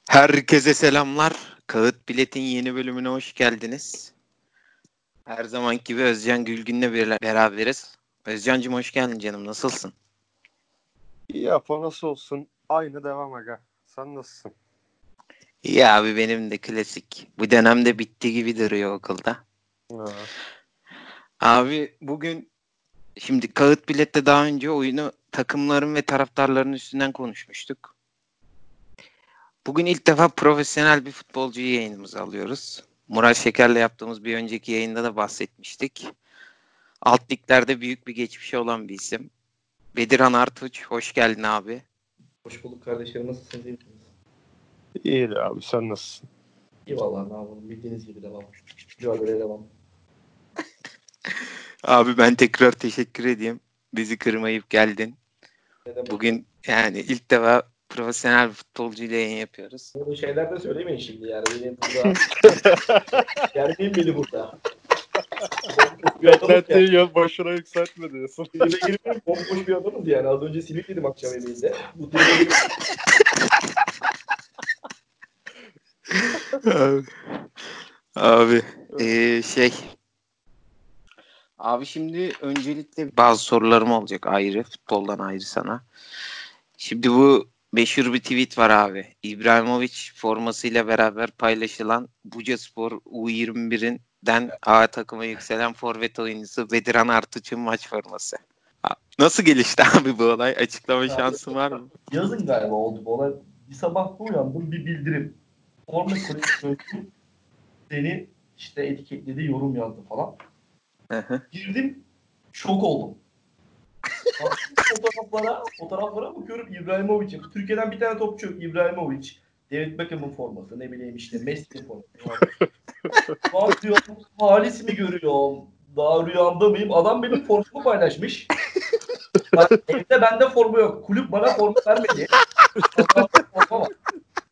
Herkese selamlar. Kağıt Bilet'in yeni bölümüne hoş geldiniz. Her zamanki gibi Özcan Gülgün'le beraberiz. Özcan'cığım hoş geldin canım. Nasılsın? İyi Apo, nasıl olsun? Aynı devam aga. Sen nasılsın? İyi abi, benim de klasik. Bu dönemde bitti gibi duruyor okulda. Ha. Abi bugün şimdi Kağıt Bilet'te daha önce oyunu takımların ve taraftarların üstünden konuşmuştuk. Bugün ilk defa profesyonel bir futbolcuyu yayınımıza alıyoruz. Murat Şeker'le yaptığımız bir önceki yayında da bahsetmiştik. Alt liglerde büyük bir geçmişi olan bir isim. Bedirhan Artuç, hoş geldin abi. Hoş bulduk kardeşlerim. Nasılsınız? İyi misiniz? İyi de abi, sen nasılsın? İyi vallahi, ne yapalım. Bildiğiniz gibi devam. Mücadeleye devam. Abi ben tekrar teşekkür edeyim. Bizi kırmayıp geldin. Ne demek? Bugün yani ilk defa profesyonel bir futbolcuyla yayın yapıyoruz. Bu şeyler de söylemeyin şimdi yani. Beni burada germeyin beni burada. Bir adamız yani. Beklentiyi ya başına yükseltme diyorsun. Tribe girmeyin. Bomboş bir adamız yani. Az önce simit yedim akşam yemeğinde. Bu tribe girmeyin. Abi Abi şimdi öncelikle bazı sorularım olacak ayrı, futboldan ayrı sana. Şimdi bu meşhur bir tweet var abi. İbrahimovic formasıyla beraber paylaşılan Bucaspor U21'den A takıma yükselen forvet oyuncusu Bedirhan Artuç'un maç forması. Nasıl gelişti abi bu olay? Açıklama şansın var mı? Yazın galiba oldu bu olay. Bir sabah uyandım, bir bildirim. Forma koleksiyonu seni işte etiketledi, yorum yazdı falan. Girdim, şok oldum. Fotoğraflara bakıyorum, İbrahimovic. Türkiye'den bir tane topçu yok, İbrahimovic. David Beckham'ın forması, ne bileyim işte Messi'nin forması. Bak diyorum, Halis mi görüyorum? Daha rüyamda mıyım? Adam benim formumu paylaşmış. Bak, evde bende forma yok. Kulüp bana forma vermedi. Fotoğrafta forma var.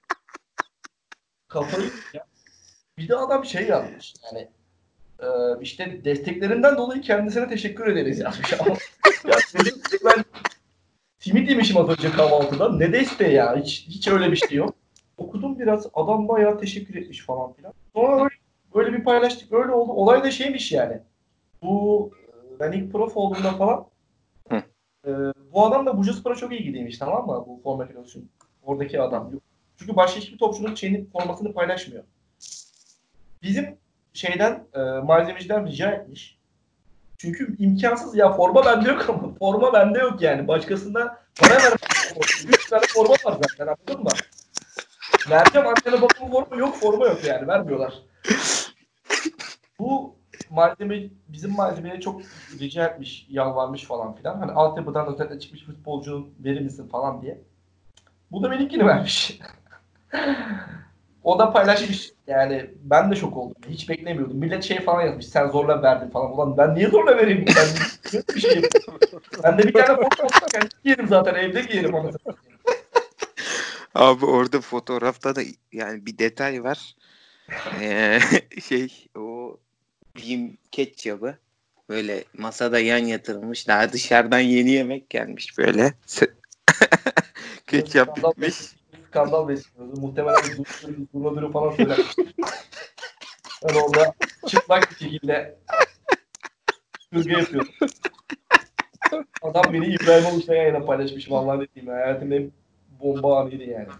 Kafayı ya. Bir de adam şey yazmış. Yani işte desteklerinden dolayı kendisine teşekkür ederiz yazmış. Ya dedim ben simit yemişim az önce kahvaltıda. Ne desteği ya? Hiç öyle bir şey yok. Okudum biraz. Adam bayağı teşekkür etmiş falan filan. Sonra böyle bir paylaştık. Öyle oldu. Olay da şeymiş yani. Bu ben ilk prof olduğumda falan bu adam da Bucaspor'a çok ilgiliymiş, tamam mı? Bu forma kilosu. Oradaki adam. Çünkü başka hiçbir topçunun formasını paylaşmıyor. Bizim şeyden malzemeciden rica etmiş. Çünkü imkansız ya, forma bende yok ama forma bende yok yani. Başkasına para ver. 3 tane forma var zaten, anladın mı? Vereceğim annene babama, forma yok, forma yok yani, vermiyorlar. Bu bizim malzemeye çok rica etmiş, yalvarmış falan filan. Hani altyapıdan özellikle çıkmış futbolcunun verir misin falan diye. Bu da benimkini vermiş. O da paylaşmış. Yani ben de şok oldum. Hiç beklemiyordum. Millet şey falan yazmış. Sen zorla verdin falan. Ulan ben niye zorla vereyim? Ben bir şey yapıyorum. Ben de bir tane forma kendim giyerim zaten. Evde giyerim ama. Abi orada fotoğrafta da yani bir detay var. O Bim ketçabı böyle masada yan yatırılmış. Daha dışarıdan yeni yemek gelmiş böyle. Ketçap bitmiş. Skandal besliyoruz. Muhtemelen durma falan söylenmiştir. Ben orada çıplak bir şekilde kırgı yapıyordum. Adam beni İbrahimovic'le yayına paylaşmış. Vallahi ne diyeyim. Hayatımın en bomba anıydı yani.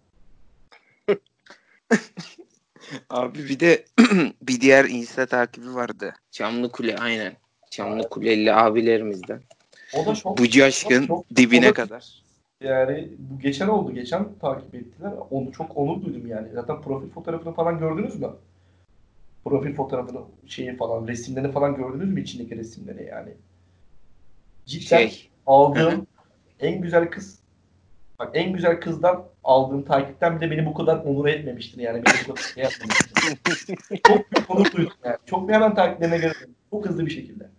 Abi bir de bir diğer Insta takibi vardı. Çamlıkule, aynen. Çamlıkuleli abilerimizden. O da şok. Bucu aşkın dibine kadar. Yani bu geçen oldu. Geçen takip ettiler. Onu çok onur duydum yani. Zaten profil fotoğrafını falan gördünüz mü? Profil fotoğrafını, şeyi falan, resimlerini falan gördünüz mü, içindeki resimleri yani? Cidden aldığım en güzel kız. Bak, en güzel kızdan aldığım takipten bile beni bu kadar onur etmemiştir yani. Beni bu kadar şey yapmamıştır. Çok büyük onur duydum yani. Çok hemen takiplerine geldim. Çok hızlı bir şekilde.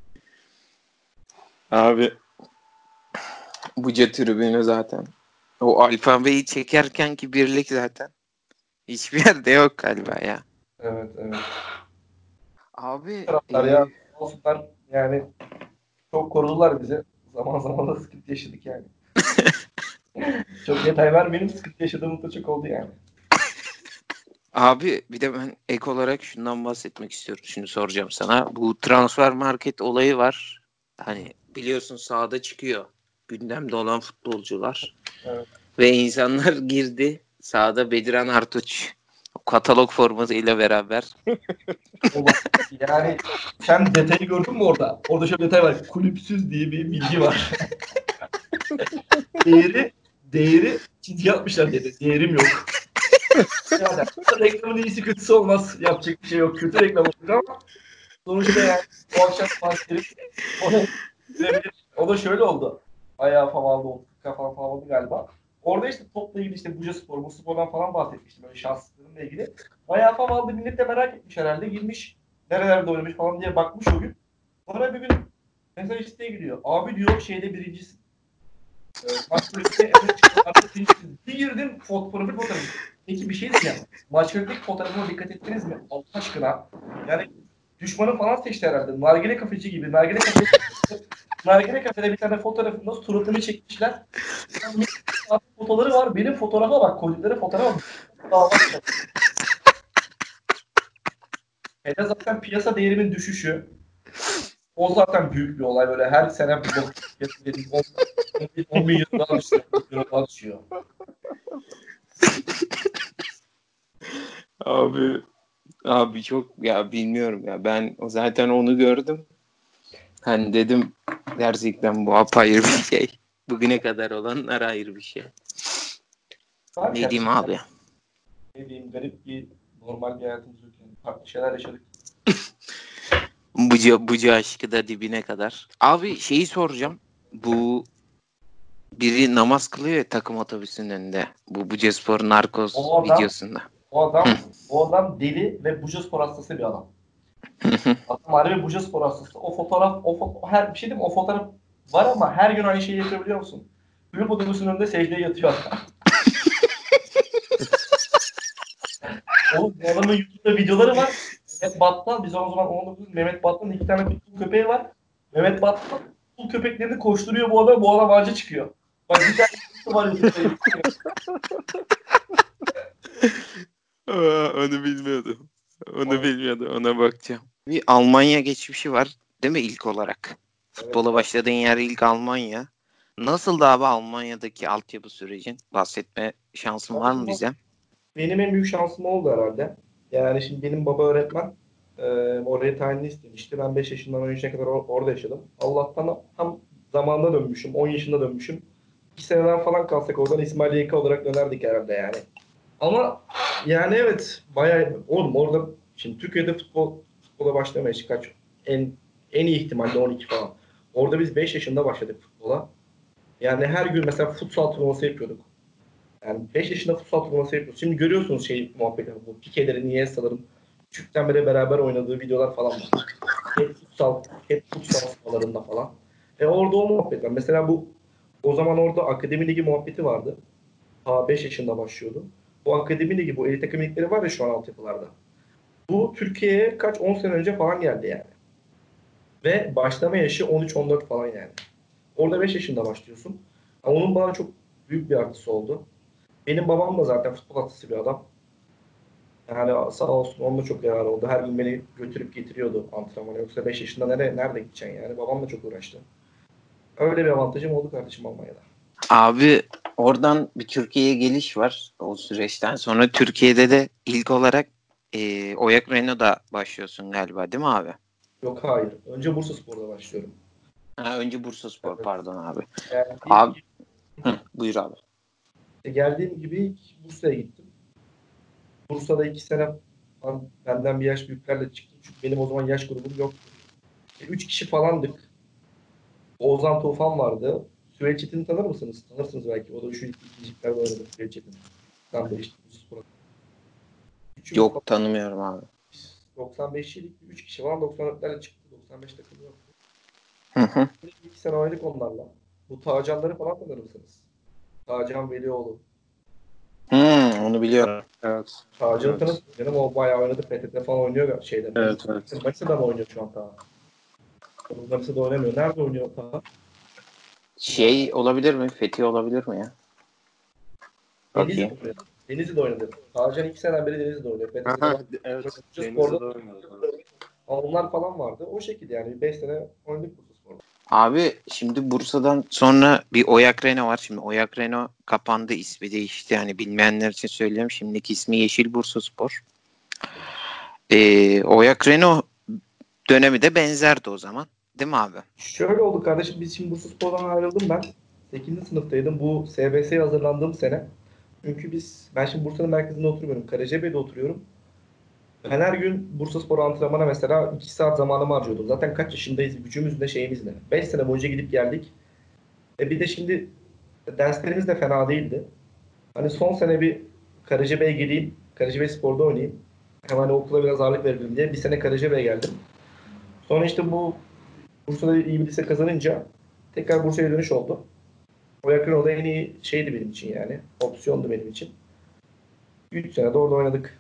Abi Buca tribünü zaten. O alfabeyi çekerken ki birlik zaten. Hiçbir yerde yok galiba ya. Evet, evet. Abi Taraftar ya. Olsunlar yani, çok korudular bizi. Zaman zaman da sıkıntı yaşadık yani. Çok detay vermeyelim. Sıkıntı yaşadığımız da çok oldu yani. Abi bir de ben ek olarak şundan bahsetmek istiyorum. Şimdi soracağım sana. Bu transfer market olayı var. Hani biliyorsun sahada çıkıyor. Gündemde olan futbolcular. Evet. Ve insanlar girdi. Sahada Bediran Artuç. O katalog formasıyla beraber. Yani sen detayı gördün mü orada? Orada şöyle bir detay var. Kulüpsüz diye bir bilgi var. değeri çizgi atmışlar dedi. Değerim yok. Yani reklamın iyisi kötüsü olmaz. Yapacak bir şey yok. Kötü reklam olur ama sonuçta yani o akşam partileri ona girebilir. O da şöyle oldu. Ayağı falan oldu. Kafam falan oldu galiba. Orada işte topla ilgili işte Bucaspor, bu spordan falan bahsetmiştim. Böyle şanssızlığımla ilgili. Bayağı falan aldı. Millet de merak etmiş herhalde. Girmiş nerelerde oynamış falan diye bakmış o gün. Sonra bir gün mesaj isteğe gidiyor. Abi diyor şeyde birincisin. Maç kulübüne bir girdim profil fotoğrafı. Peki bir şey diyeceğim. Maç kulübündeki fotoğrafıma dikkat ettiniz mi? Allah aşkına. Yani düşmanı falan seçti herhalde. Nargile kafeci gibi. Nargile kafede bir tane fotoğrafında suratımı çekmişler. Yani fotoğrafları var. Benim fotoğrafa bak. Koydukları fotoğrafa bak. Dava açacak. Hele zaten piyasa değerimin düşüşü. O zaten büyük bir olay. Böyle her sene bir bok dediğim 10 bin euro daha düşüyor. 10 bin euro daha düşüyor. Abi çok ya bilmiyorum ya. Ben zaten onu gördüm. Hani dedim gerçekten bu apayrı bir şey. Bugüne kadar olanlar ayrı bir şey. Var Ne ya diyeyim abi? ne diyeyim garip bir normal bir hayatımız yok yani. Farklı şeyler yaşadık. Bıcı aşkı da dibine kadar. Abi şeyi soracağım. Bu biri namaz kılıyor ya takım otobüsünün önünde. Bu Bucaspor Narkoz O adam videosunda. o adam deli ve Bucaspor hastası bir adam. Adam harbi Bucaspor hastası. O fotoğraf her bir şey değil mi? O fotoğraf var ama her gün aynı şeyi yapıyor biliyor musun? Kulüp otobüsünün önünde secdeye yatıyor adam. Oğlum bu adamın YouTube'da videoları var. Mehmet Battal, biz o zaman 19 Mehmet Battal'ın 2 tane pitbull köpeği var. Mehmet Battal pitbull köpeklerini koşturuyor bu adam ağaca çıkıyor. Bak bir tane videosu var YouTube'da. Onu bilmiyordum. Onu Evet, bilmiyordum. Ona bakacağım. Bir Almanya geçmişi var. Değil mi ilk olarak? evet Futbola var. başladığın yer ilk Almanya. Nasıldı abi Almanya'daki altyapı sürecin? Bahsetme şansın var mı bize? Benim en büyük şansım oldu herhalde. Yani şimdi benim baba öğretmen. Oraya tayinli istemişti. Ben 5 yaşından 10 yaşına kadar orada yaşadım. Allah'tan tam zamanında dönmüşüm. 10 yaşında dönmüşüm. 2 seneden falan kalsak oradan İsmail Yeka olarak dönerdik herhalde yani. Ama yani evet bayağı oğlum orada şimdi Türkiye'de futbola başlamaya işte kaç en iyi ihtimalle 12 falan. Orada biz 5 yaşında başladık futbola. Yani her gün mesela futsal turnuvası yapıyorduk. Yani 5 yaşında futsal turnuvası yapıyoruz. Şimdi görüyorsunuz şey muhabbeti bu Pike'lerin, Iniesta'ların küçükten beri beraber oynadığı videolar falan var. Hep futsal sahalarında falan. Orada o muhabbet var. Mesela o zaman orada akademi ligi muhabbeti vardı. Ta 5 yaşında başlıyordu. Bu akademi ligi, bu elit takım ligleri var ya şu an altyapılarda. Bu Türkiye'ye 10 sene önce falan geldi yani. Ve başlama yaşı 13-14 falan yani. Orada 5 yaşında başlıyorsun. Ama onun bana çok büyük bir artısı oldu. Benim babam da zaten futbol hastası bir adam. Yani sağ olsun onun da çok yararı oldu. Her gün beni götürüp getiriyordu antrenmana. Yoksa 5 yaşında nerede gideceksin yani? Babam da çok uğraştı. Öyle bir avantajım oldu kardeşim Almanya'da. Abi oradan bir Türkiye'ye geliş var o süreçten sonra. Türkiye'de de ilk olarak Oyak Renault'da başlıyorsun galiba değil mi abi? Yok hayır. Önce Bursaspor'da başlıyorum. Ha, önce Bursaspor Evet. pardon abi. Geldiğim Abi gibi, buyur abi. geldiğim gibi ilk Bursa'ya gittim. Bursa'da 2 sene benden bir yaş büyüklerle çıktım. Çünkü benim o zaman yaş grubum yoktu. 3 kişi falandık. Oğuzhan Tufan vardı. Süveyş Çetin'i tanır mısınız? Tanırsınız belki. O da üçüncü, ikinciliklerde oynadı Süveyş Çetin. Ben de işte Bursaspor'a. Üçümüz Yok falan tanımıyorum abi. 95'lik 3 kişi falan 94'lerle çıktı. 95 takımı yoktu. Hı hı. 2 sene oynadık onlarla. Bu Tağcanları falan tanır mısınız? Tağcan Velioğlu. Onu biliyorum. Evet. Tağcan'ı Evet. tanırsınız canım. O bayağı oynadı. PTT falan oynuyor şeyde. Evet, evet. Manisa'da mı oynuyor şu an Tağ? Manisa'da oynamıyor. Nerede oynuyor Tağ? Şey olabilir mi? Fethi olabilir mi ya? Çok Denizli'de iyi. oynadı. Denizli'de oynadı. Tarcan 2 seneden beri Denizli'de oynuyor. Fethi'de Aha, falan. evet. Bursa Denizli'de Spor'da oynuyordu. onlar falan vardı. O şekilde yani 5 sene oynadık Bursa Spor'da. Abi şimdi Bursa'dan sonra bir Oyak Renault var. Şimdi Oyak Renault kapandı, ismi değişti. Yani bilmeyenler için söylüyorum. Şimdiki ismi Yeşil Bursaspor. Oyak Renault dönemi de benzerdi o zaman. Değil mi abi? Şöyle oldu kardeşim. Biz şimdi Bursa Spor'dan ayrıldım ben. 8. sınıftaydım. Bu SBS'ye hazırlandığım sene. Çünkü ben şimdi Bursa'nın merkezinde oturmuyorum. Karacabey'de oturuyorum. Ben her gün Bursaspor antrenmana mesela 2 saat zamanımı harcıyordum. Zaten kaç yaşındayız, gücümüz ne, şeyimiz ne. 5 sene boyunca gidip geldik. Bir de şimdi derslerimiz de fena değildi. Hani son sene bir Karacabey'e gideyim, Karacabey Spor'da oynayayım. Hem hani okula biraz ağırlık verelim diye bir sene Karacabey'e geldim. Sonra işte bu Bursa'da iyi bir lise kazanınca tekrar Bursa'ya dönüş oldu. O yakın o da en iyi şeydi benim için yani. Opsiyondu benim için. 3 sene de orada oynadık.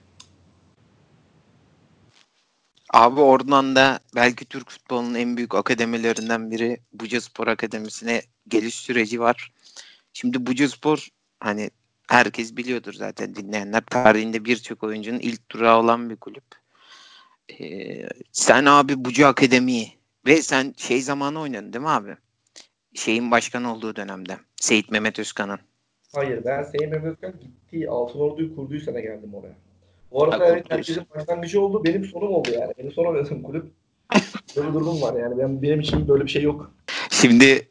Abi oradan da belki Türk futbolunun en büyük akademilerinden biri Bucaspor Akademisi'ne geliş süreci var. Şimdi Bucaspor hani herkes biliyordur zaten, dinleyenler. Tarihinde birçok oyuncunun ilk durağı olan bir kulüp. Sen abi Buca Akademi'yi ve sen şey zamanı oynadın değil mi abi? Şeyin başkan olduğu dönemde. Seyit Mehmet Özkan'ın. Hayır, ben Sayın Mehmet Özkan gittiği Altınordu'yu kurduğu sene geldim oraya. Bu Ha, arada evet, kurtuluş. herkesin başlangıcı oldu. Benim sonum oldu yani. Benim son oynadığım kulüp. Böyle bir durumum var yani. Benim için böyle bir şey yok. Şimdi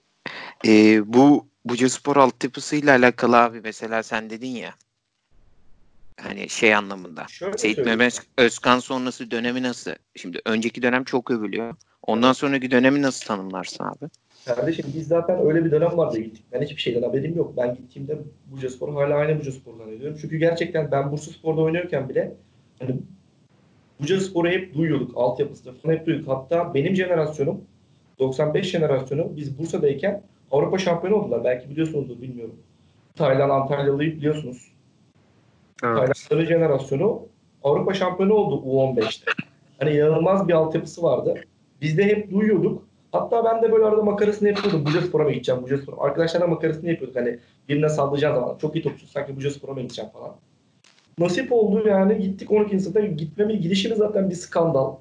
bu Bucaspor altyapısıyla alakalı abi, mesela sen dedin ya hani şey anlamında. Şöyle Seyit söyleyeyim. Mehmet Özkan sonrası dönemi nasıl? Şimdi önceki dönem çok övülüyor. Ondan Evet. sonraki dönemi nasıl tanımlarsın abi? Kardeşim biz zaten öyle bir dönem vardı gittik. Ben hiçbir şeyden haberim yok. Ben gittiğimde Bucaspor hala aynı Bucaspor zannediyorum. Çünkü gerçekten ben Bursaspor'da oynuyorken bile hani Bucaspor'u hep duyuyorduk. Altyapısında falan hep duyduk. Hatta benim jenerasyonum 95 jenerasyonu biz Bursa'dayken Avrupa şampiyonu oldular. Belki biliyorsunuzdur, bilmiyorum. Taylan Antalyalı'yı biliyorsunuz. Evet. Tayland'ın jenerasyonu Avrupa şampiyonu oldu U15'te. Hani inanılmaz bir altyapısı vardı. Biz de hep duyuyorduk. Hatta ben de böyle arada makarasını yapıyordum. Bucaspor'a mı gideceğim, Bucaspor'a? Arkadaşlarla makarasını yapıyorduk. Hani birine sallayacağım zaman. Çok iyi topçu, sanki Bucaspor'a mı gideceğim falan. Nasip oldu yani, gittik 12. sınıfta. Gidişimiz zaten bir skandal.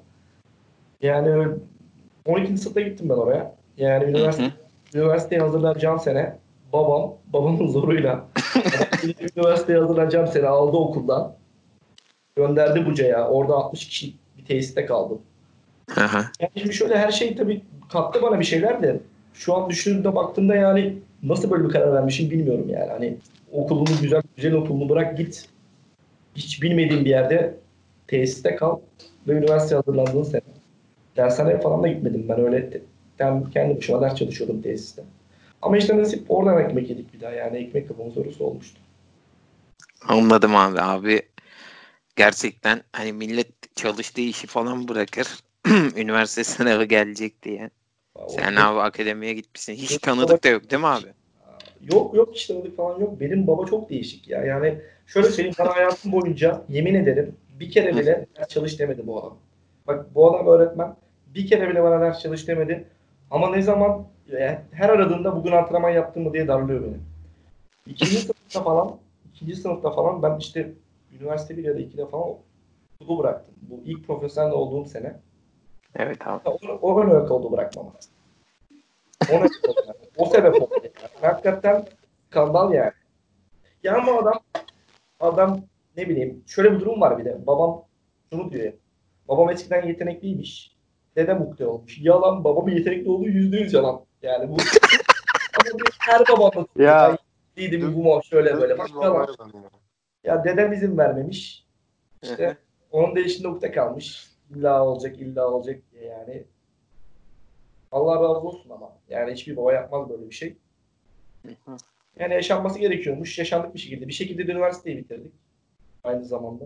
Yani 12. sınıfta gittim ben oraya. Yani Hı hı. üniversiteye hazırlanacağım sene babamın zoruyla üniversiteye hazırlanacağım sene aldı okuldan. Gönderdi Buca'ya. Orada 60 kişi bir tesiste kaldım. Aha. Yani şimdi şöyle, her şey tabii kattı bana bir şeyler de şu an düşündüğümde baktığımda yani nasıl böyle bir karar vermişim bilmiyorum yani. Hani okulunu, güzel okulunu bırak git. Hiç bilmediğin bir yerde tesiste kal ve üniversiteye hazırlandığın sene. Dershaneye falan da gitmedim ben, öyle kendi başıma ders çalışıyordum tesiste. Ama işte nasip, oradan ekmek yedik bir daha, yani ekmek kapımız sorusu olmuştu. Anladım abi. Abi gerçekten hani millet çalıştığı işi falan bırakır. Üniversite sınavı gelecek diye. O Sen benim, abi akademiye gitmişsin. Hiç benim baba tanıdık da yok değil mi abi? yok hiç tanıdık falan yok. Benim baba çok değişik ya. Yani şöyle söyleyeyim, bana hayatım boyunca yemin ederim bir kere Hı. bile ders çalış demedi bu adam. Bak, bu adam öğretmen. Bir kere bile bana ders çalış demedi. Ama ne zaman her aradığında bugün antrenman yaptın mı diye darlıyor beni. İkinci sınıfta falan ben işte üniversite 1 ya da 2'de falan okulu bıraktım. Bu ilk profesyonel olduğum sene. Evet abi. O ön ayak oldu bırakmama. O, ne oldu yani? O sebep oldu yani. Hakikaten skandal yani. Ya ama adam ne bileyim, şöyle bir durum var bir de. Babam şunu diyor. Babam eskiden yetenekliymiş. Dedem ukde olmuş. Yalan, babamın yetenekli olduğu %100 yalan. Yani bu ama her babam da diyor. Ben Ya yetenekliydim, dü- bu şöyle böyle. Bak dümdüz baba yalan. yalan ya. Ya dedem izin vermemiş. Hı İşte hı. onun da işinde ukde kalmış. İlla olacak, illa olacak diye yani. Allah razı olsun ama. Yani hiçbir baba yapmaz böyle bir şey. Hı hı. Yani yaşanması gerekiyormuş. Yaşandık bir şekilde. Bir şekilde de üniversiteyi bitirdik. Aynı zamanda.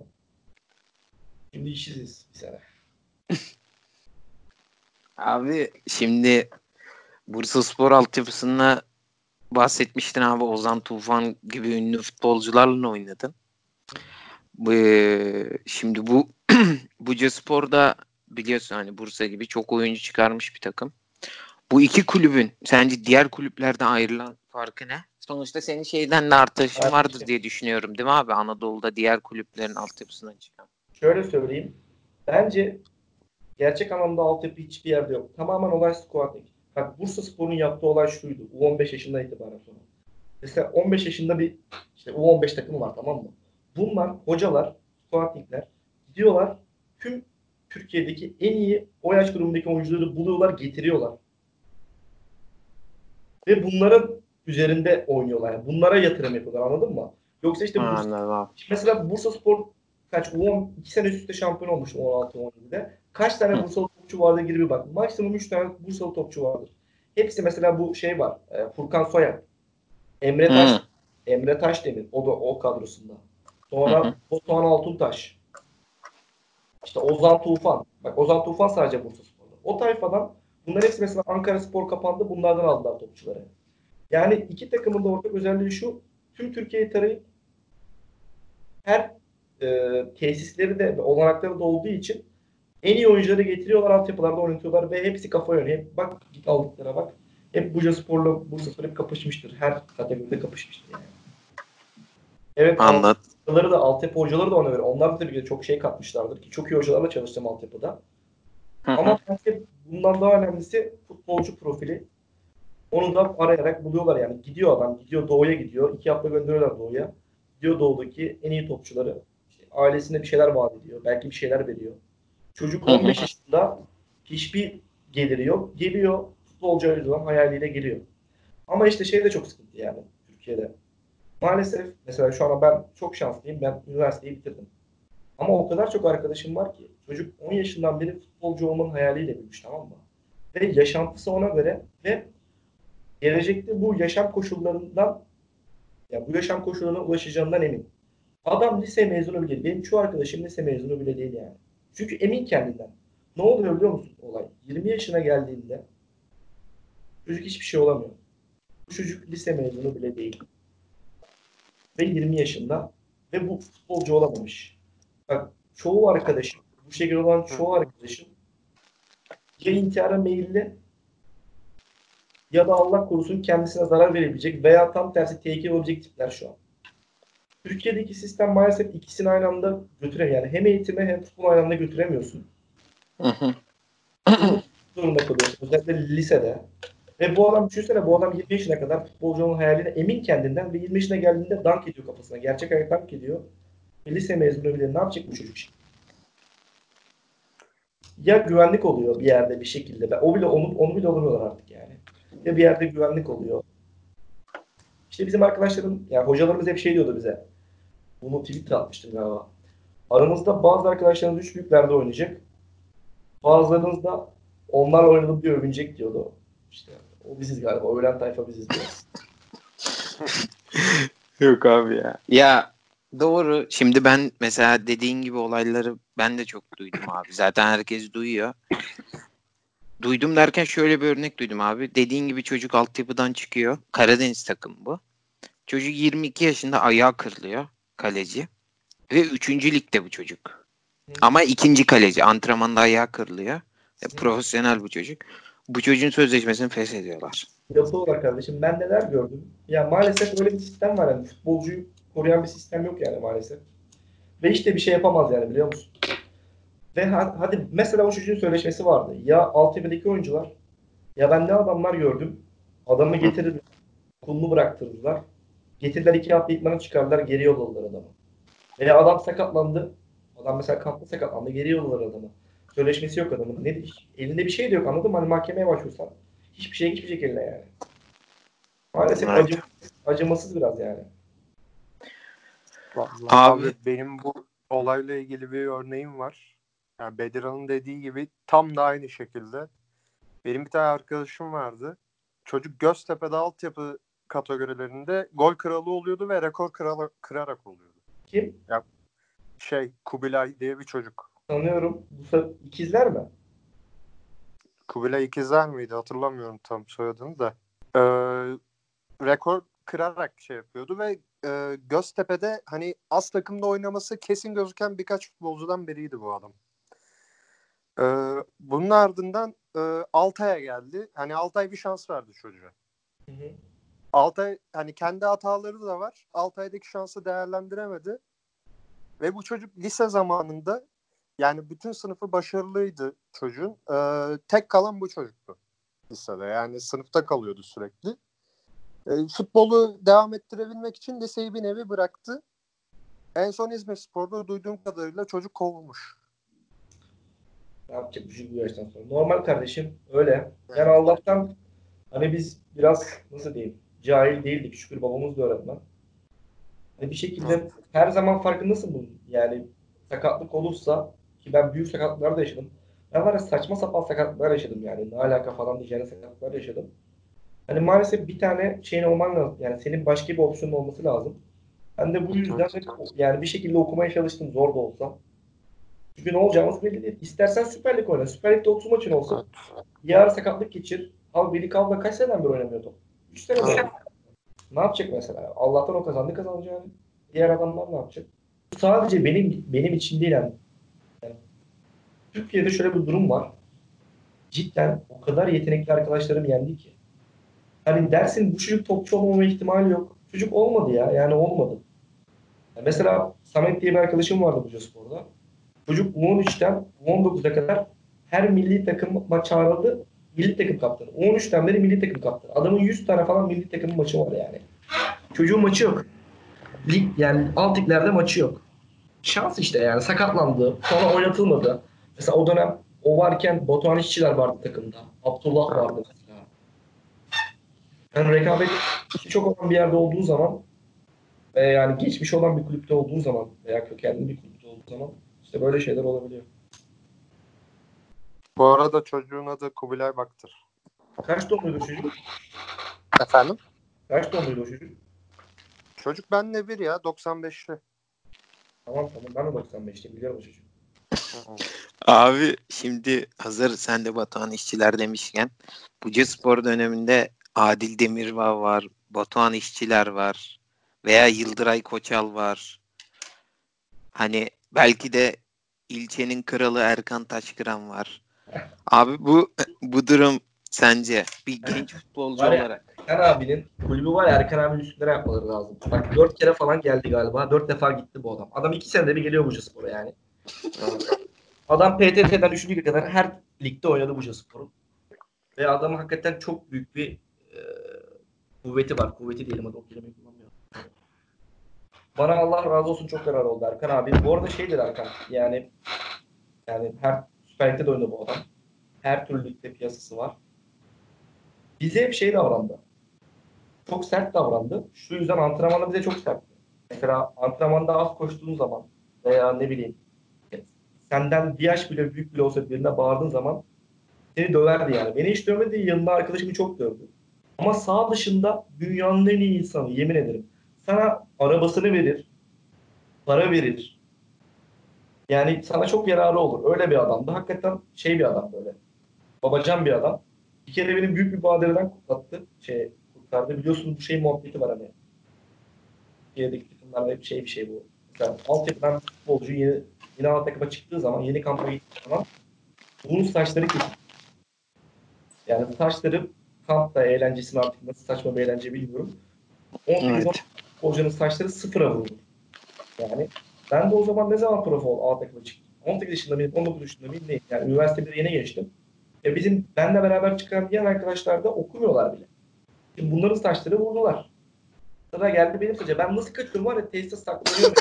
Şimdi işsiziz bir sene. Abi şimdi Bursaspor altyapısında bahsetmiştin abi, Ozan Tufan gibi ünlü futbolcularla oynadın. Şimdi bu Bucaspor'da biliyorsun hani Bursa gibi çok oyuncu çıkarmış bir takım. Bu iki kulübün sence diğer kulüplerden ayrılan farkı ne? sonuçta senin şeyden de artışın Aynen. vardır diye düşünüyorum değil mi abi? Anadolu'da diğer kulüplerin altyapısına çıkan. Şöyle söyleyeyim. Bence gerçek anlamda altyapı hiçbir yerde yok. Tamamen olay scouting. Bak Bursaspor'un yaptığı olay şuydu. U15 yaşından itibaren sonra. Mesela 15 yaşında bir işte U15 takımı var, tamam mı? Bunlar hocalar, scoutingler gidiyorlar, tüm Türkiye'deki en iyi o yaş grubundaki oyuncuları buluyorlar, getiriyorlar. Ve bunların üzerinde oynuyorlar. Yani bunlara yatırım yapıyorlar, anladın mı? Yoksa işte Anladım abi. mesela Bursaspor kaç 2 sene üst üste şampiyon olmuş 16-17'de. Kaç tane Bursalı topçu vardı gibi bir bak. Maksimum 3 tane Bursalı topçu vardır. Hepsi mesela bu şey var. Furkan Soyer, Emre Taş, Hı. Emre Taşdemir o da o kadrosunda. Hı Sonra hı. Batuhan Altuntaş. İşte Ozan Tufan. Bak Ozan Tufan sadece Bursaspor'da. O tayfadan bunların hepsi mesela Ankaraspor kapandı. Bunlardan aldılar topçuları. Yani iki takımın da ortak özelliği şu. Tüm Türkiye'yi tarayıp her tesisleri de ve olanakları da olduğu için en iyi oyuncuları getiriyorlar, altyapılarda oynatıyorlar ve hepsi kafa yönü. Hep bak git aldıklara bak. Hep Bucaspor'la Bursaspor hep kapışmıştır. Her kategoride kapışmıştır yani. Evet, Anladım. altyapı hocaları da ona göre. Onlar da tabii ki çok şey katmışlardır ki çok iyi hocalarla çalıştım altyapıda. Hı hı. Ama bence bundan daha önemlisi futbolcu profili. Onu da arayarak buluyorlar yani. Gidiyor adam, gidiyor Doğu'ya gidiyor. 2 hafta gönderiyorlar Doğu'ya. Gidiyor Doğu'daki en iyi topçuları. İşte ailesine bir şeyler vaat ediyor. Belki bir şeyler veriyor. Çocuk Hı hı. 15 yaşında hiçbir geliri yok. Geliyor futbolcu oyuncudan hayaliyle geliyor. Ama işte şey de çok sıkıntı yani Türkiye'de. Maalesef mesela şu an ben çok şanslıyım. Ben üniversiteyi bitirdim. Ama o kadar çok arkadaşım var ki çocuk 10 yaşından beri futbolcu olmanın hayaliyle büyümüş, tamam mı? Ve yaşantısı ona göre ve gelecekte bu yaşam koşullarından ya bu yaşam koşullarına ulaşacağından emin. Adam lise mezunu bile değil. Benim çoğu arkadaşım lise mezunu bile değil yani. Çünkü emin kendinden. Ne oluyor biliyor musun olay? 20 yaşına geldiğinde çocuk hiçbir şey olamıyor. Bu çocuk lise mezunu bile değil. Ve 20 yaşında ve bu futbolcu olamamış. Bak çoğu arkadaşım, bu şekilde olan çoğu arkadaşım ya intihara meyilli ya da Allah korusun kendisine zarar verebilecek veya tam tersi tehlikeli olabilecek tipler şu an. Türkiye'deki sistem maalesef ikisini aynı anda götüremiyor. Yani hem eğitime hem futbolu aynı anda götüremiyorsun. Hı hı. Bunu zorunda kalıyorsun. Özellikle lisede. Ve bu adam düşünsene, bu adam 20 yaşına kadar futbolcu olma hayaline emin kendinden ve 20 yaşına geldiğinde dank ediyor kafasına. Gerçek hayat dank ediyor. Lise mezunu bile ne yapacak bu çocuk şimdi? Ya güvenlik oluyor bir yerde bir şekilde. O bile onu bile olamıyorlar artık yani. Ya bir yerde güvenlik oluyor. İşte bizim arkadaşlarım, yani hocalarımız hep şey diyordu bize. Bunu Twitter atmıştım galiba. Aramızda bazı arkadaşlarımız üç büyüklerde oynayacak. Bazılarınız da onlarla oynadım diye övünecek diyordu. İşte o biziz galiba. Öğlen tayfa biziz diyor. Yok abi ya. Ya doğru. Şimdi ben mesela dediğin gibi olayları ben de çok duydum abi. Zaten herkes duyuyor. Duydum derken şöyle bir örnek duydum abi. Dediğin gibi çocuk altyapıdan çıkıyor. Karadeniz takımı bu. Çocuk 22 yaşında ayağı kırılıyor. Kaleci. Ve 3. ligde bu çocuk. Ama ikinci kaleci. Antrenmanda ayağı kırılıyor. Profesyonel bu çocuk. Bu çocuğun sözleşmesini feshediyorlar. Yapıyorlar kardeşim. Ben neler gördüm. Ya maalesef öyle bir sistem var. Yani futbolcuyu koruyan bir sistem yok yani maalesef. Ve işte bir şey yapamaz yani, biliyor musun? Ve hadi mesela o çocuğun sözleşmesi vardı. Ya altyapıdaki oyuncular ya ben ne adamlar gördüm. Adamı Hı. getirir, kulunu bıraktırdılar. Getirdiler 2 hafta idmana çıkardılar, geri yolladılar adamı. Veya adam sakatlandı. Adam mesela kampta sakatlandı, geri yolladılar adamı. Sözleşmesi yok adamın. Ne, elinde bir şey de yok, anladın mı? Hani mahkemeye başvursan. Hiçbir şey geçmeyecek eline yani. Maalesef Evet. acımasız biraz yani. Vallahi Abi. abi benim bu olayla ilgili bir örneğim var. Yani Bedirhan'ın dediği gibi tam da aynı şekilde. Benim bir tane arkadaşım vardı. Çocuk Göztepe'de altyapı kategorilerinde gol kralı oluyordu ve rekor kırarak oluyordu. Kim? Ya Kubilay diye bir çocuk. Tanıyorum. İkizler mi? Kubilay ikizler miydi? Hatırlamıyorum tam soyadını da. Rekor kırarak şey yapıyordu ve Göztepe'de hani az takımda oynaması kesin gözüken birkaç futbolcudan biriydi bu adam. Bunun ardından Altay'a geldi. Hani Altay bir şans verdi çocuğa. Hı hı. Altay hani kendi hataları da var. Altay'daki şansı değerlendiremedi. Ve bu çocuk lise zamanında yani bütün sınıfı başarılıydı çocuğun. Tek kalan bu çocuktu lisede. Yani sınıfta kalıyordu sürekli. Futbolu devam ettirebilmek için liseyi bir nevi bıraktı. En son İzmirspor'da duyduğum kadarıyla çocuk kovulmuş. Ne yapacak bir şey bu yaştan sonra. Normal kardeşim öyle. Yani Allah'tan hani biz biraz nasıl diyeyim cahil değildik. Şükür babamız da öğretmen. Hani bir şekilde her zaman farkındasın bunun. Yani sakatlık olursa ki ben büyük sakatlıklar da yaşadım. Ben var ya saçma sapan sakatlıklar yaşadım yani. Ne alaka falan diyeceğine sakatlıklar yaşadım. Hani maalesef bir tane şeyin olman lazım. Yani senin başka bir opsiyonun olması lazım. Ben de bu yüzden de yani bir şekilde okumaya çalıştım zor da olsa. Çünkü ne olacağımız belli değil. İstersen Süper Lig oyna. Süper Lig'de 30 maçın olsun. Yarın sakatlık geçir. Al Veli Kavla kaç seneden beri oynamıyor top? 3 sene mi? Ne yapacak mesela? Allah'tan o kazandı kazanacağını. Diğer adamlar ne yapacak? Sadece benim için değil yani. Yani Türkiye'de şöyle bir durum var. Cidden o kadar yetenekli arkadaşlarım yendi ki. Hani dersin bu çocuk topçu olmama ihtimali yok. Çocuk olmadı ya. Yani olmadı. Yani mesela Samet diye bir arkadaşım vardı Bucaspor'da. Çocuk U13'ten U19'a kadar her milli takım çağrıldı. Milli takım kaptanı. U13'ten beri milli takım kaptanı. Adamın 100 tane falan milli takım maçı var yani. Çocuğun maçı yok. Lig yani alt liglerde maçı yok. Şans işte yani sakatlandı. Sonra oynatılmadı. Mesela o dönem o varken Batuhan İşçiler vardı takımda. Abdullah vardı mesela. Yani rekabet çok olan bir yerde olduğu zaman ve yani geçmiş olan bir kulüpte olduğu zaman veya kökenli bir kulüpte olduğu zaman işte böyle şeyler olabiliyor. Bu arada çocuğun adı Kubilay Baktır. Kaç doğumluydu o çocuk? Efendim? Kaç doğumluydu o çocuk? Çocuk benle bir ya 95'li. Tamam ben de 95'te biliyorum o çocuğu. Abi şimdi hazır sen de Batuhan İşçiler demişken Bucaspor döneminde Adil Demirbağ var, Batuhan İşçiler var veya Yıldıray Koçal var. Hani belki de ilçenin kralı Erkan Taşkıran var. Abi bu durum sence bir genç futbolcu Var ya olarak Erkan abinin kulübü var ya Erkan abinin üstüne yapmaları lazım. Bak 4 kere falan geldi galiba. 4 defa gitti bu adam. Adam 2 senede bir geliyor Bucaspor'a yani. Adam PTT'den 3. lige kadar her ligde oynadı Bucaspor'un. Ve adamın hakikaten çok büyük bir e, kuvveti var. Kuvveti diyelim hadi o kelimeyi kullanmıyorum. Bana Allah razı olsun çok yarar oldu Erkan abi. Bu arada şeydir Erkan yani her Süper Lig'de de oynadı bu adam. Her türlü ligde piyasası var. Bize hep şey davrandı. Çok sert davrandı. Şu yüzden antrenmanda bize çok sertti. Mesela antrenmanda az koştuğun zaman veya ne bileyim senden bir yaş bile büyük bile olsa birine bağırdığın zaman seni döverdi yani. Beni hiç dövmedi, yanında arkadaşımı çok dövdü. Ama sağ dışında dünyanın en iyi insanı yemin ederim. Sana arabasını verir, para verir. Yani sana çok yararı olur. Öyle bir adamdı. Hakikaten şey bir adam böyle. Babacan bir adam. Bir kere beni büyük bir badireden kurtardı. Biliyorsunuz bu şey muhabbeti var hani. Türkiye'deki takımlarda hep bir şey bu. Mesela altyapıdan futbolcu yeni alt takıma çıktığı zaman, yeni kampa gittiği zaman bunun saçları kesildi. Yani saçları kampta eğlencesini artık nasıl saçma bir eğlence bilmiyorum. 18 evet. futbolcunun saçları sıfıra vurdu. Yani ben de o zaman ne zaman profil alt takıma çıktım? 18 yaşında mıyım, 19 yaşında mıyım neyim? Yani üniversite 1'e yeni geçtim. Benle beraber çıkan diğer arkadaşlar da okumuyorlar bile. Şimdi bunların saçları vurdular. Sıra geldi benim saça. Ben nasıl kaçıyorum var ya tesiste saklanıyorum.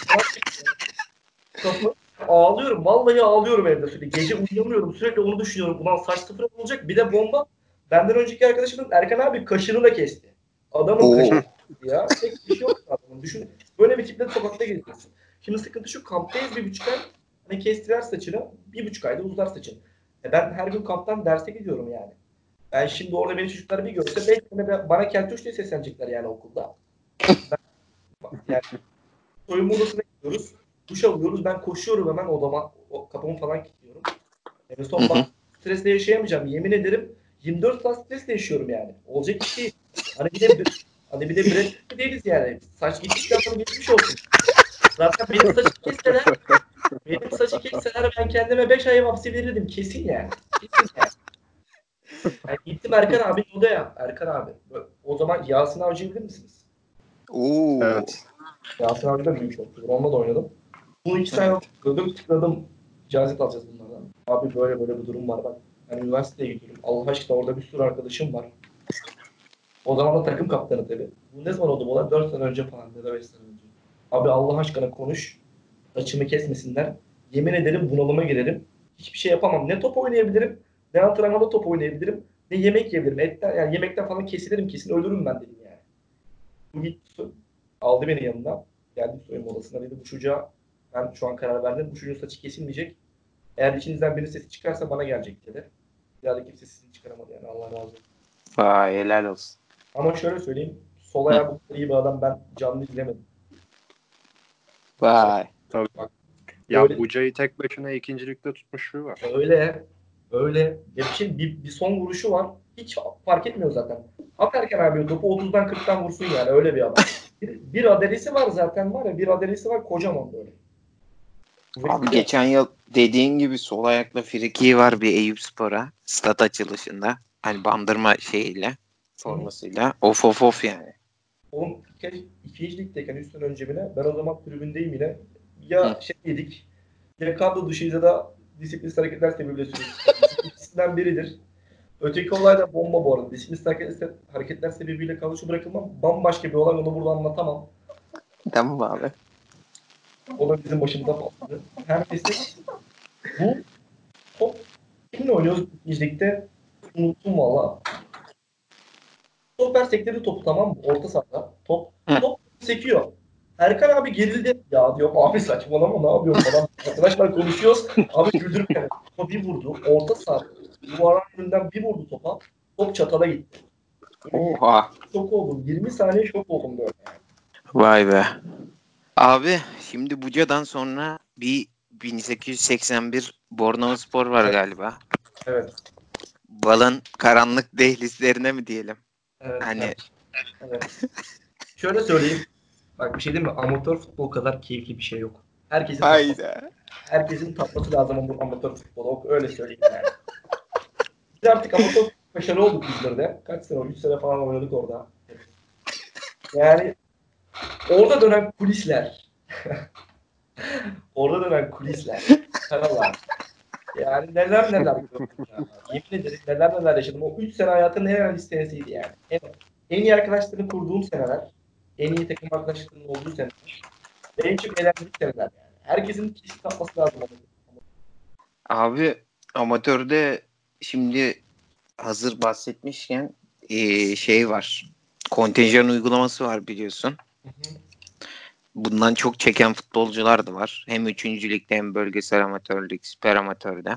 Ağlıyorum. Vallahi ağlıyorum evde sürekli. Gece uyuyamıyorum. Sürekli onu düşünüyorum. Ulan saç sıfır olacak. Bir de bomba. Benden önceki arkadaşımız Erkan abi kaşını da kesti. Adamın kaşını ya. Tek bir şey yok adamın. Düşün. Böyle bir tiple sokakta geziyorsun. Şimdi sıkıntı şu. Kamptayız 1,5 ay. Hani kestiler saçını. 1,5 ayda uzar saçını. Ben her gün kamptan derse gidiyorum yani. Ben şimdi orada benim çocuklar bir görse 5 sene bana keltoş diye seslenecekler yani okulda. Yani soyunma odasına gidiyoruz. Duş alıyoruz. Ben koşuyorum hemen odama. Kapımı falan kilitliyorum. En son bak stresle yaşayamayacağım. Yemin ederim 24 saat stresle yaşıyorum yani. Olacak iş değil. Hani bir de Brad değiliz yani. Saç gittikten sonra geçmiş olsun. Zaten benim saçı kesseler ben kendime 5 ay hapsi verirdim. Kesin yani. Kesin yani. Yani gittim Erkan abi odaya. Erkan abi. O zaman Yasin Avcı'yı bilir misiniz? Oo. Evet. Yasin Avcı da büyük topçudur. Onunla da oynadım. Bu iki tane tıkladım. İcazet alacağız bunlardan. Abi böyle böyle bir durum var bak. Ben üniversiteye gidiyorum. Allah aşkına orada bir sürü arkadaşım var. O zaman da takım kaptanı tabii. Bu ne zaman oldu bu olay? 4 sene önce falan ya da 5 sene önce. Abi Allah aşkına konuş. Saçımı kesmesinler. Yemin ederim bunalıma girerim. Hiçbir şey yapamam. Ne top oynayabilirim, ne antrenmanda top oynayabilirim, ne yemek yiyebilirim. Etten, yani yemekten falan kesilirim, kesin ölürüm ben dedim yani. Bu gitti. Aldı beni yanına. Geldi soyunma odasına dedi bu çocuğa ben şu an karar verdim. Bu çocuğun saçı kesilmeyecek. Eğer içinizden biri sesi çıkarsa bana gelecek dedi. Bir daha da kimse sesini çıkaramadı yani Allah razı olsun. Vay helal olsun. Ama şöyle söyleyeyim. Sol ayağı bu kadar iyi bir adam ben canlı izlemedim. Vay. Tabii. Bak, Ya öyle- Buca'yı tek başına ikincilikte tutmuşluğu var. Öyle. Yapışın bir son vuruşu var. Hiç fark etmiyor zaten. Atarken abi topu 30'dan 40'tan vursun yani öyle bir adam. Bir adalesi var zaten var ya bir adalesi var kocaman böyle. Abi geçen yıl dediğin gibi sol ayakla friki var bir Eyüpspor'a stat açılışında. Hani bandırma şeyiyle formasıyla. Of yani. Oğlum ikinci ligdeyken 3 sene önce bile ben o zaman tribündeyim yine. Ya şey yedik ya kadro dışıyız ya da disiplinsel hareketler sebebiyle sürüyoruz. İkisinden biridir. Öteki olay da bomba bu arada. Disiplinsel hareketler sebebiyle kadro dışı bırakılmam. Bambaşka bir olay onu burada anlatamam. Tamam abi. O da bizim başımıza patladı. Her neyse bu top kimle oynuyoruz ikincilikte? Unuttum valla. Stoper sektirdi topu tamam mı? Orta sahada. Top sekiyor. Erkan abi gerildi. Ya diyor abi saçmalama ne yapıyorsun falan. Arkadaşlar konuşuyoruz. Abi güldürme. Topa bir vurdu. Orta sahada. Duvarın önünden bir vurdu topa. Top çatala gitti. Oha. Şok oldum. 20 saniye şok oldum böyle. Vay be. Abi şimdi Buca'dan sonra bir 1881 Bornova var Evet. galiba. Evet. Balın karanlık dehlizlerine mi diyelim? Evet. Hani Evet. Şöyle söyleyeyim. Bak bir şey değil mi? Amatör futbol kadar keyifli bir şey yok. hayda. Herkesin tatması lazım bu amatör futbolu. Öyle söyleyeyim yani. Biz artık amatör başarılı olduk İzmir'de. Kaç sene? 3 sene falan oynadık orada. Yani orada dönen kulisler. Orada dönen kulisler. Karalar. Yani neler gördüm ya. Yemin ederim neler yaşadım. O 3 sene hayatımın en önemli senesiydi yani. En iyi arkadaşlarını kurduğum seneler. En iyi takım arkadaşlarının olduğu seneler. Ve en çok eğlendiğim seneler yani. Herkesin kesin tapması lazım. Abi amatörde şimdi hazır bahsetmişken şey var. Kontenjan uygulaması var biliyorsun. Hı hı. Bundan çok çeken futbolcular da var. Hem 3. ligde hem bölgesel amatörlük, süper amatörde.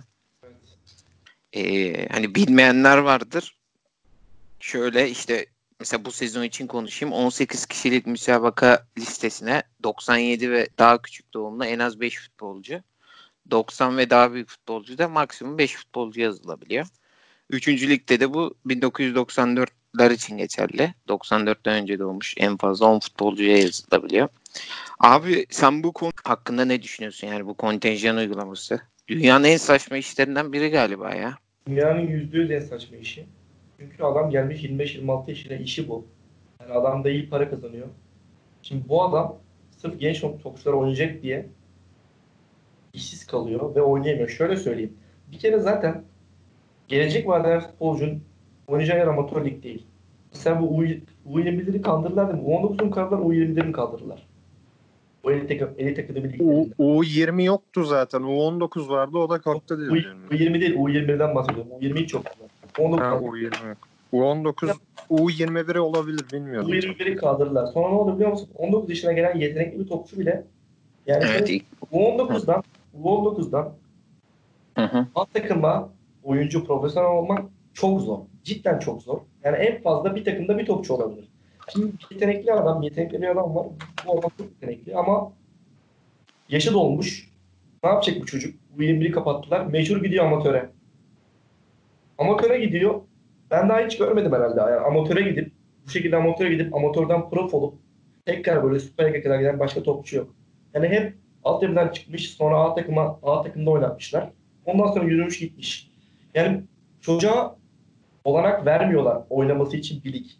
Evet. Hani bilmeyenler vardır. Şöyle işte mesela bu sezon için konuşayım. 18 kişilik müsabaka listesine 97 ve daha küçük doğumlu en az 5 futbolcu. 90 ve daha büyük futbolcu da maksimum 5 futbolcu yazılabiliyor. 3. ligde de bu 1994'ler için geçerli. 94'ten önce doğmuş en fazla 10 futbolcuya yazılabiliyor. Abi sen bu konu hakkında ne düşünüyorsun yani bu kontenjan uygulaması? Dünyanın en saçma işlerinden biri galiba ya. Dünyanın %100 en saçma işi. Çünkü adam gelmiş 25-26 yaşına işi bu. Yani adam da iyi para kazanıyor. Şimdi bu adam sırf genç topçular oynayacak diye işsiz kalıyor ve oynayamıyor. Şöyle söyleyeyim. Bir kere zaten gelecek vadeden futbolcunun oynayacağı yer amatör lig değil. Sen bu U21'leri kaldırırlar değil mi? U19'un kaldırırlar, U20'lerini kaldırırlar. O elit akademi liglerinde. U20 yoktu zaten. U19 vardı o da kalktı diye biliyorum. U20 değil, U21'den bahsediyorum. U20'yi çok kullanıyor. 19 Ha U20 yok. U19 U21'i olabilir bilmiyorum. U21'i kaldırırlar. Sonra ne oldu biliyor musun? 19 yaşına gelen yetenekli bir topçu bile yani Evet. şöyle U19'dan Hı. alt takıma oyuncu profesyonel olmak çok zor. Cidden çok zor. Yani en fazla bir takımda bir topçu olabilir. Şimdi yetenekli bir adam var. Bu adam çok yetenekli ama yaşı dolmuş. Ne yapacak bu çocuk? U21'i kapattılar. Mecbur gidiyor amatöre. Amatöre gidiyor. Ben daha hiç görmedim herhalde. Yani amatöre gidip amatörden prof olup tekrar böyle Süper Lig'e kadar giden başka topçu yok. Yani hep altyapıdan çıkmış sonra A takımda oynatmışlar. Ondan sonra yürümüş gitmiş. Yani çocuğa olanak vermiyorlar oynaması için bir lig.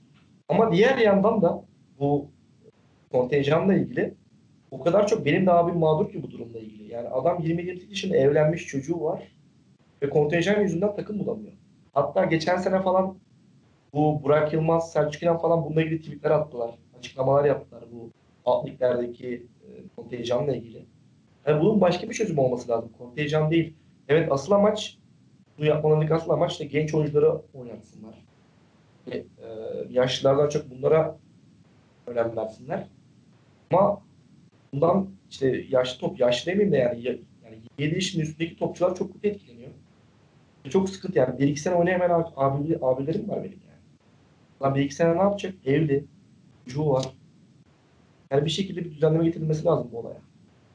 Ama diğer yandan da bu kontenjanla ilgili o kadar çok benim de abim mağdur ki bu durumla ilgili. Yani adam 27 yaşında evlenmiş, çocuğu var ve kontenjan yüzünden takım bulamıyor. Hatta geçen sene falan bu Burak Yılmaz, Selçuk İnan falan bununla ilgili tweetler attılar. Açıklamalar yaptılar bu alt liglerdeki kontenjanla ilgili. Yani bunun başka bir çözüm olması lazım. Kontenjan değil. Evet, asıl amaç, bu yapmalarındaki asıl amaç da genç oyuncuları oynatsınlar. Ve, yaşlılardan çok bunlara önem versinler. Ama bundan işte yaşlı demeyeyim de yani 7 yaşın üstündeki topçular çok kötü etkileniyor. Çok sıkıntı yani. Bir iki sene oynayamayan abilerim var benim yani. Lan bir iki sene ne yapacak? Evli, çocuğu var. Yani bir şekilde bir düzenleme getirilmesi lazım bu olaya.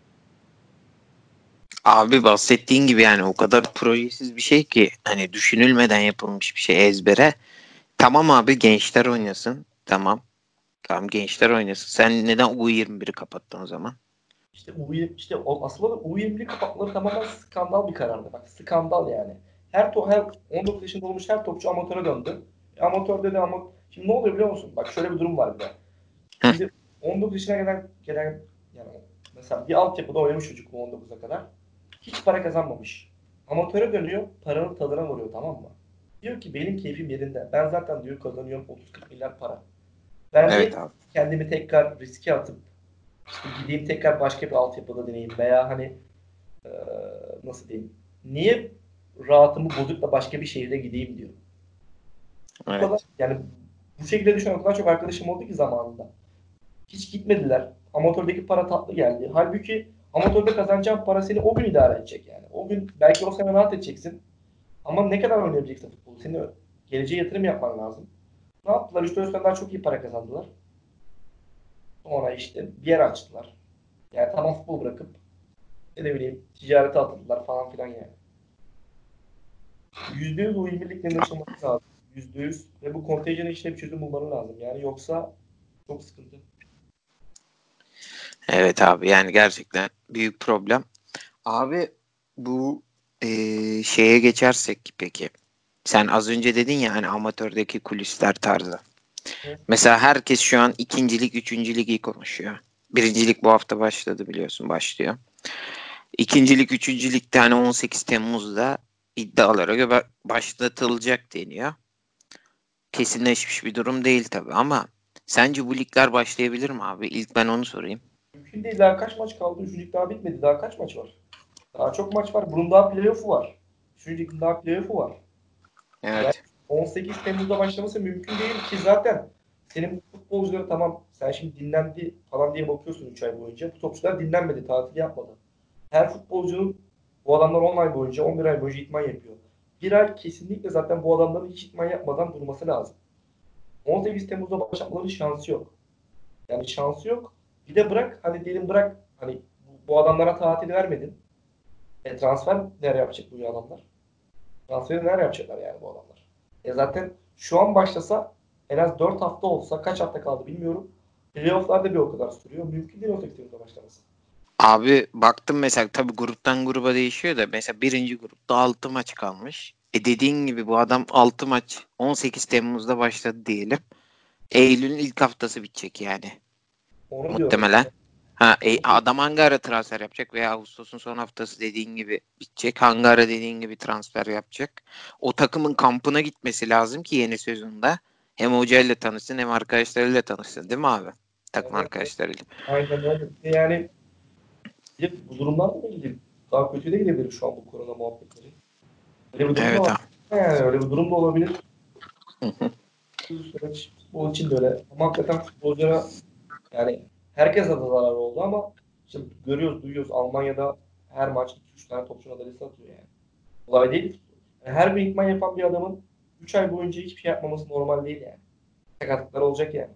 Abi bahsettiğin gibi yani o kadar projesiz bir şey ki hani düşünülmeden yapılmış bir şey ezbere. Tamam abi gençler oynasın. Tamam. Tamam gençler oynasın. Sen neden U21'i kapattın o zaman? İşte işte aslında U20'li kapatmaları tamamen skandal bir karardı. Bak, skandal yani. Her 19 yaşında olmuş her topçu amatöre döndü. Amatör dedi ama şimdi ne oluyor biliyor musun? Bak, şöyle bir durum var bir de. Heh. Şimdi 19 yaşına gelen yani mesela bir altyapıda oynamış çocuk bu 19'a kadar. Hiç para kazanmamış. Amatöre dönüyor, paranın tadına varıyor, tamam mı? Diyor ki benim keyfim yerinde. Ben zaten diyor kazanıyorum 30-40 milyar para. Ben niye Evet abi. kendimi tekrar riske atıp işte gideyim tekrar başka bir altyapıda deneyeyim veya hani e, nasıl diyeyim? Niye rahatımı bozup da başka bir şehirde gideyim diyor. Bu kadar Evet. yani, bu şekilde düşünen o kadar çok arkadaşım oldu ki zamanında. Hiç gitmediler. Amatördeki para tatlı geldi. Halbuki amatörde kazanacağın para seni o gün idare edecek yani. O gün belki o sene rahat edeceksin. Ama ne kadar oynayabileceksin futbolu? Senin geleceğe yatırım yapman lazım. Ne yaptılar? 3-4 sene daha çok iyi para kazandılar. Sonra işte bir yer açtılar. Yani tamam, futbol bırakıp ne bileyim ticarete atıldılar falan filan yani. %100 o birliklerin yaşaması lazım. %100. Ve bu kontenjanın işine bir çözüm bulmaları lazım. Yani yoksa çok sıkıntı. Evet abi yani gerçekten büyük problem. Abi bu şeye geçersek peki. Sen az önce dedin ya hani amatördeki kulisler tarzı. Evet. Mesela herkes şu an ikincilik, üçüncü ligi konuşuyor. Birincilik bu hafta başladı biliyorsun başlıyor. İkincilik, üçüncü ligde hani 18 Temmuz'da iddialara göre başlatılacak deniyor. Kesinleşmiş bir durum değil tabii ama sence bu ligler başlayabilir mi abi? İlk ben onu sorayım. Mümkün değil. Daha kaç maç kaldı? Üçüncü lig daha bitmedi. Daha kaç maç var? Daha çok maç var. Bunun daha playoff'u var. Üçüncü ligin daha playoff'u var. Yani Evet. 18 Temmuz'da başlaması mümkün değil ki zaten senin futbolcuları, tamam sen şimdi dinlendi falan diye bakıyorsun 3 ay boyunca. Bu topçular dinlenmedi, tatil yapmadı. Her futbolcunun, bu adamlar 10 ay boyunca, 11 ay boyunca idman yapıyor. Bir ay kesinlikle zaten bu adamların hiç idman yapmadan durması lazım. 18 Temmuz'da başlatmaların şansı yok. Yani şansı yok. Bir de bırak hani diyelim, bırak hani bu adamlara tatil vermedin. Transfer nereye yapacak bu adamlar? Transferi nereye yapacaklar yani bu adamlar? Zaten şu an başlasa en az 4 hafta olsa, kaç hafta kaldı bilmiyorum. Playoff'lar da bir o kadar sürüyor. Mümkün değil 18 Temmuz'da başlaması. Abi baktım mesela tabii gruptan gruba değişiyor da mesela birinci grupta 6 maç kalmış. Dediğin gibi bu adam 6 maç 18 Temmuz'da başladı diyelim. Eylül'ün ilk haftası bitecek yani. Onu diyorum Muhtemelen. işte. Adam hangi ara transfer yapacak veya Ağustos'un son haftası dediğin gibi bitecek. Hangi ara dediğin gibi transfer yapacak. O takımın kampına gitmesi lazım ki yeni sezonda hem hocayla tanışsın hem arkadaşlarıyla tanışsın değil mi abi? Takım Evet, evet. arkadaşlarıyla. Aynen öyle. Yani bir de bu durumdan da ilgili daha kötüye de gidebilir şu an bu korona muhabbetleri. Öyle bir durum da Evet var. abi. Yani öyle bir durum da olabilir. Hı hı. Bu süreç futbol için de öyle. Ama hakikaten futbolculara yani herkese de zarar oldu ama işte görüyoruz, duyuyoruz. Almanya'da her maç 2-3 tane topçu madalyası atıyor yani. Kolay değil. Yani her gün idman yapan bir adamın 3 ay boyunca hiçbir şey yapmaması normal değil yani. Sakatlıklar olacak yani.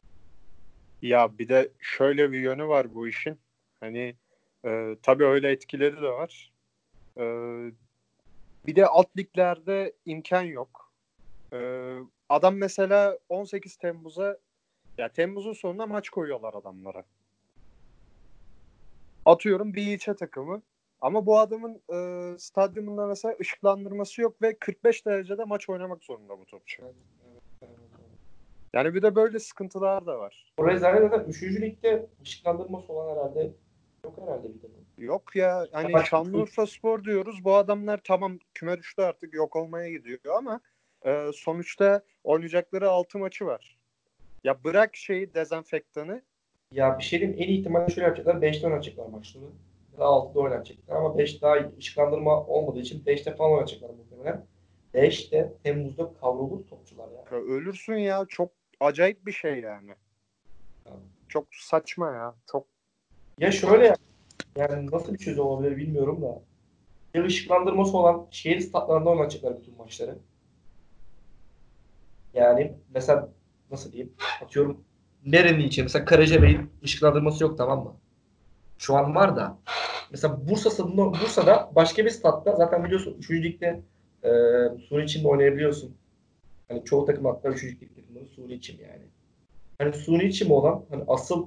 Ya bir de şöyle bir yönü var bu işin. Hani tabii öyle etkileri de var. E, Bir de alt liglerde imkan yok. Adam mesela 18 Temmuz'a, ya Temmuz'un sonuna maç koyuyorlar adamlara. Atıyorum bir ilçe takımı. Ama bu adamın stadyumunda mesela ışıklandırması yok ve 45 derecede maç oynamak zorunda bu topçu. Evet, evet, evet, evet. Yani bir de böyle sıkıntılar da var. Oraya zaten 3. ligde ışıklandırması olan herhalde yok herhalde bir takım. Yok ya hani Şanlıurfaspor diyoruz. Bu adamlar tamam küme düştü artık yok olmaya gidiyor ama sonuçta oynayacakları 6 maçı var. Ya bırak şeyi dezenfektanı. Ya bir şey diyeyim, en iyi ihtimalle şöyle yapacaklar. 5'te oynayacaklar maçları. Ya da 6'da oynayacaklar. Ama 5 daha ışıklandırma olmadığı için 5'te falan oynayacaklar muhtemelen. 5'te Temmuz'da kavrulur topçular ya. Ya ölürsün ya. Çok acayip bir şey yani. Çok saçma ya. Çok Ya şöyle yani nasıl bir çözüm olabilir bilmiyorum da. Ya ışıklandırması olan şehir statlarında oynayacaklar bütün maçları. Yani mesela nasıl diyeyim? Atıyorum nerenin için? Mesela Karacabey'in ışıklandırması yok, tamam mı? Şu an var da. Mesela Bursa'da başka bir statta zaten biliyorsun 3. ligde Suriye içinde oynayabiliyorsun. Hani çoğu takım hatta 3. lig takımları Suriye için yani. Hani Suriye için olan hani asıl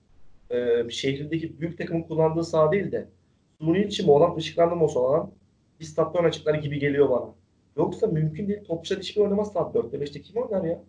şehrindeki büyük takımın kullandığı saha değil de Suriye için olan ışıklandırması olan bir statta oynayacaklar gibi geliyor bana. Yoksa mümkün değil. Topçular hiçbir oynamaz saat 4'te 5'te kim oynar ya?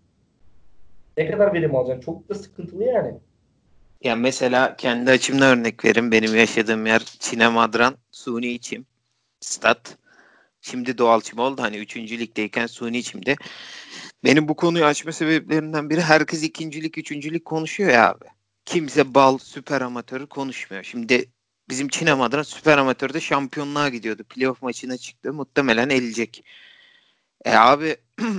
Ne kadar verim alacaksın? Çok da sıkıntılı yani. Ya mesela kendi açımdan örnek verin. Benim yaşadığım yer Çinemadran, suni içim, stat. Şimdi doğal çim oldu. Hani 3. ligdeyken suni içimde. Benim bu konuyu açma sebeplerinden biri herkes 2. lig, 3. lig konuşuyor ya abi. Kimse bal, süper amatörü konuşmuyor. Şimdi bizim Çinemadran süper amatörde şampiyonluğa gidiyordu. Playoff maçına çıktı. Muhtemelen elecek. Abi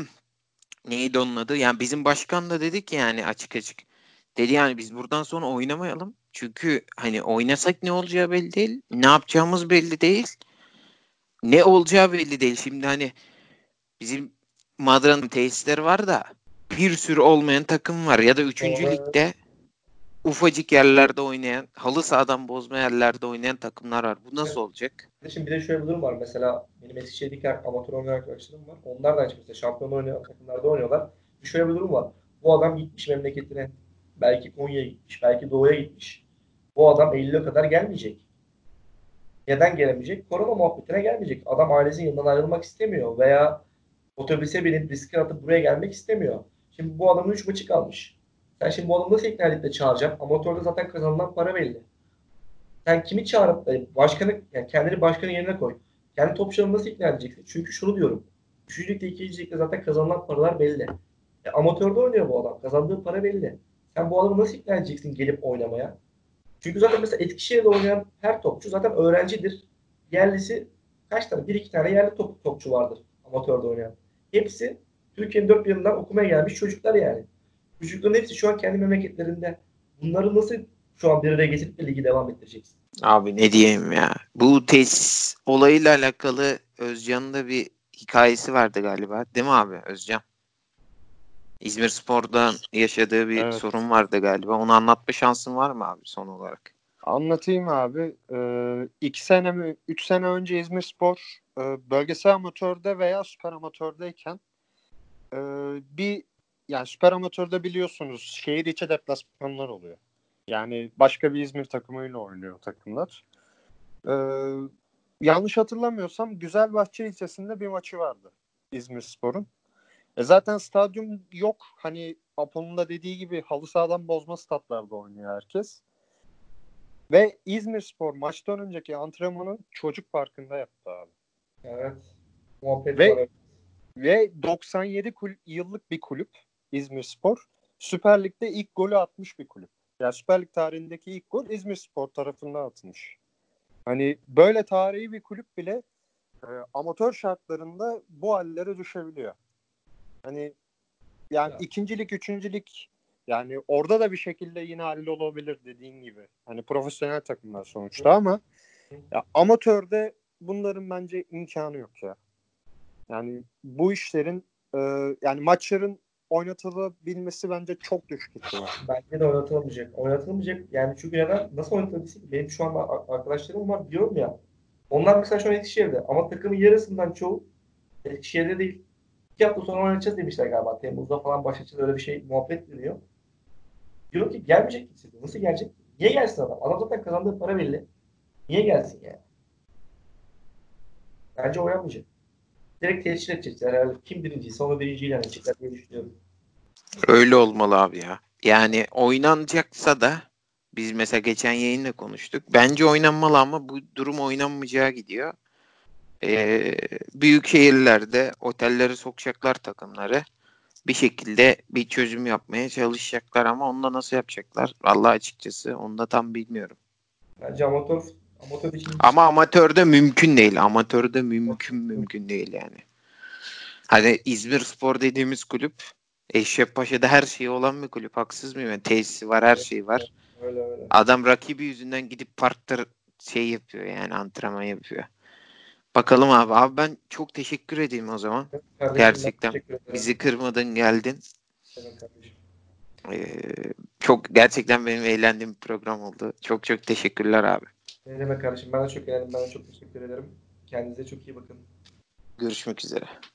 neydi onun adı? Yani bizim başkan da dedi ki yani açık açık. Dedi yani biz buradan sonra oynamayalım. Çünkü hani oynasak ne olacağı belli değil. Ne yapacağımız belli değil. Ne olacağı belli değil. Şimdi hani bizim Madra'nın tesisleri var da bir sürü olmayan takım var. Ya da 3. Sonra ligde ufacık yerlerde oynayan, halı sahadan bozma yerlerde oynayan takımlar var. Bu nasıl olacak? şimdi bir de şöyle bir durum var. Mesela benim Eskişehir'deki amatör oynayan arkadaşlarım var. Onlar da aynı şekilde şampiyon oynayan takımlarda oynuyorlar. Şöyle bir durum var. Bu adam gitmiş memleketine. Belki Konya'ya gitmiş. Belki Doğu'ya gitmiş. Bu adam Eylül'e kadar gelmeyecek. Neden gelemeyecek? Korona muhabbetine gelmeyecek. Adam ailesinin yanından ayrılmak istemiyor. Veya otobüse binip riske atıp buraya gelmek istemiyor. Şimdi bu adamın 3 maçı kalmış. Sen şimdi bu adamı nasıl ikna edip de çağıracaksın? Amatörde zaten kazanılan para belli. Sen kimi çağırıp da başkanı, yani kendini başkanın yerine koy. Kendi topçularını nasıl ikna edeceksin? Çünkü şunu diyorum. Üçüncülükte, ikincilikte zaten kazanılan paralar belli. Amatörde oynuyor bu adam. Kazandığı para belli. Sen bu adamı nasıl ikna edeceksin gelip oynamaya? Çünkü zaten mesela Eskişehir'de oynayan her topçu zaten öğrencidir. Yerlisi kaç tane? Bir iki tane yerli topçu vardır amatörde oynayan. Hepsi Türkiye'nin dört bir yanından okumaya gelmiş çocuklar yani. Çocukların hepsi şu an kendi memleketlerinde. Bunları nasıl şu an bir araya getirip de ligi devam ettireceksin? Abi ne diyeyim ya. Bu tesis olayıyla alakalı Özcan'ın da bir hikayesi vardı galiba. Değil mi abi Özcan? İzmirspor'dan yaşadığı bir evet. sorun vardı galiba. Onu anlatma şansın var mı abi son olarak? Anlatayım abi. 2 sene mi 3 sene önce İzmirspor bölgesel amatörde veya süper amatördeyken e, bir yani süper amatörde biliyorsunuz şehir içi deplasmanlar oluyor. Yani başka bir İzmir takımıyla oynuyor takımlar. Yanlış hatırlamıyorsam Güzelbahçe ilçesinde bir maçı vardı İzmirspor'un. Zaten stadyum yok. Hani Apo'nun da dediği gibi halı sahadan bozma statlarda oynuyor herkes. Ve İzmirspor maçtan önceki antrenmanın çocuk parkında yaptı abi. Evet. Muhabbet var. Ve Evet. ve 97 yıllık bir kulüp İzmirspor. Süper Lig'de ilk golü atmış bir kulüp. Yani Süper Lig tarihindeki ilk gol İzmirspor tarafından atılmış. Hani böyle tarihi bir kulüp bile amatör şartlarında bu hallere düşebiliyor. Hani yani Ya, ikincilik, üçüncülük yani orada da bir şekilde yine hallolabilir dediğin gibi. Hani profesyonel takımlar sonuçta ama ya amatörde bunların bence imkanı yok ya. Yani bu işlerin yani maçların oynatılabilmesi bence çok düşük ihtimal. bence de oynatılmayacak. Oynatılmayacak. Yani çünkü neden? Nasıl oynatılabilsin ki? Benim şu an arkadaşlarım var diyorum ya. Onlar mesela şu an Eskişehir'de. Ama takımın yarısından çoğu Eskişehir'de değil. 2 hafta sonra oynayacağız demişler galiba. Temmuz'da falan başlayacağız, öyle bir şey muhabbet dönüyor. Diyorum ki gelmeyecek kimse. Nasıl gelecek? Niye gelsin adam? Adam zaten kazandığı para belli. Niye gelsin yani? Bence oynanmayacak. Direkt tescil edecekler. Herhalde kim birinciyse onu birinci ilan edecekler diye düşünüyorum. Öyle olmalı abi ya. Yani oynanacaksa da biz mesela geçen yayında konuştuk. Bence oynanmalı ama bu durum oynanmayacağı gidiyor. Büyük şehirlerde otelleri sokacaklar takımları. Bir şekilde bir çözüm yapmaya çalışacaklar ama onu da nasıl yapacaklar? Vallahi açıkçası onu da tam bilmiyorum. Bence amatör için Ama amatörde mümkün değil. Amatörde mümkün değil yani. Hani İzmirspor dediğimiz kulüp Eşrefpaşa'da her şeyi olan bir kulüp. Haksız mıyım? Yani tesisi var, her şeyi var. öyle. Adam rakibi yüzünden gidip parkta şey yapıyor yani antrenman yapıyor. Bakalım abi. Abi ben çok teşekkür edeyim o zaman. Kardeşim ben Gerçekten teşekkür ederim. bizi kırmadın geldin. Evet kardeşim. Ee, çok gerçekten benim eğlendiğim bir program oldu. Çok çok teşekkürler abi. Ne demek kardeşim? Ben de çok eğlendim. Ben de çok teşekkür ederim. Kendinize çok iyi bakın. Görüşmek üzere.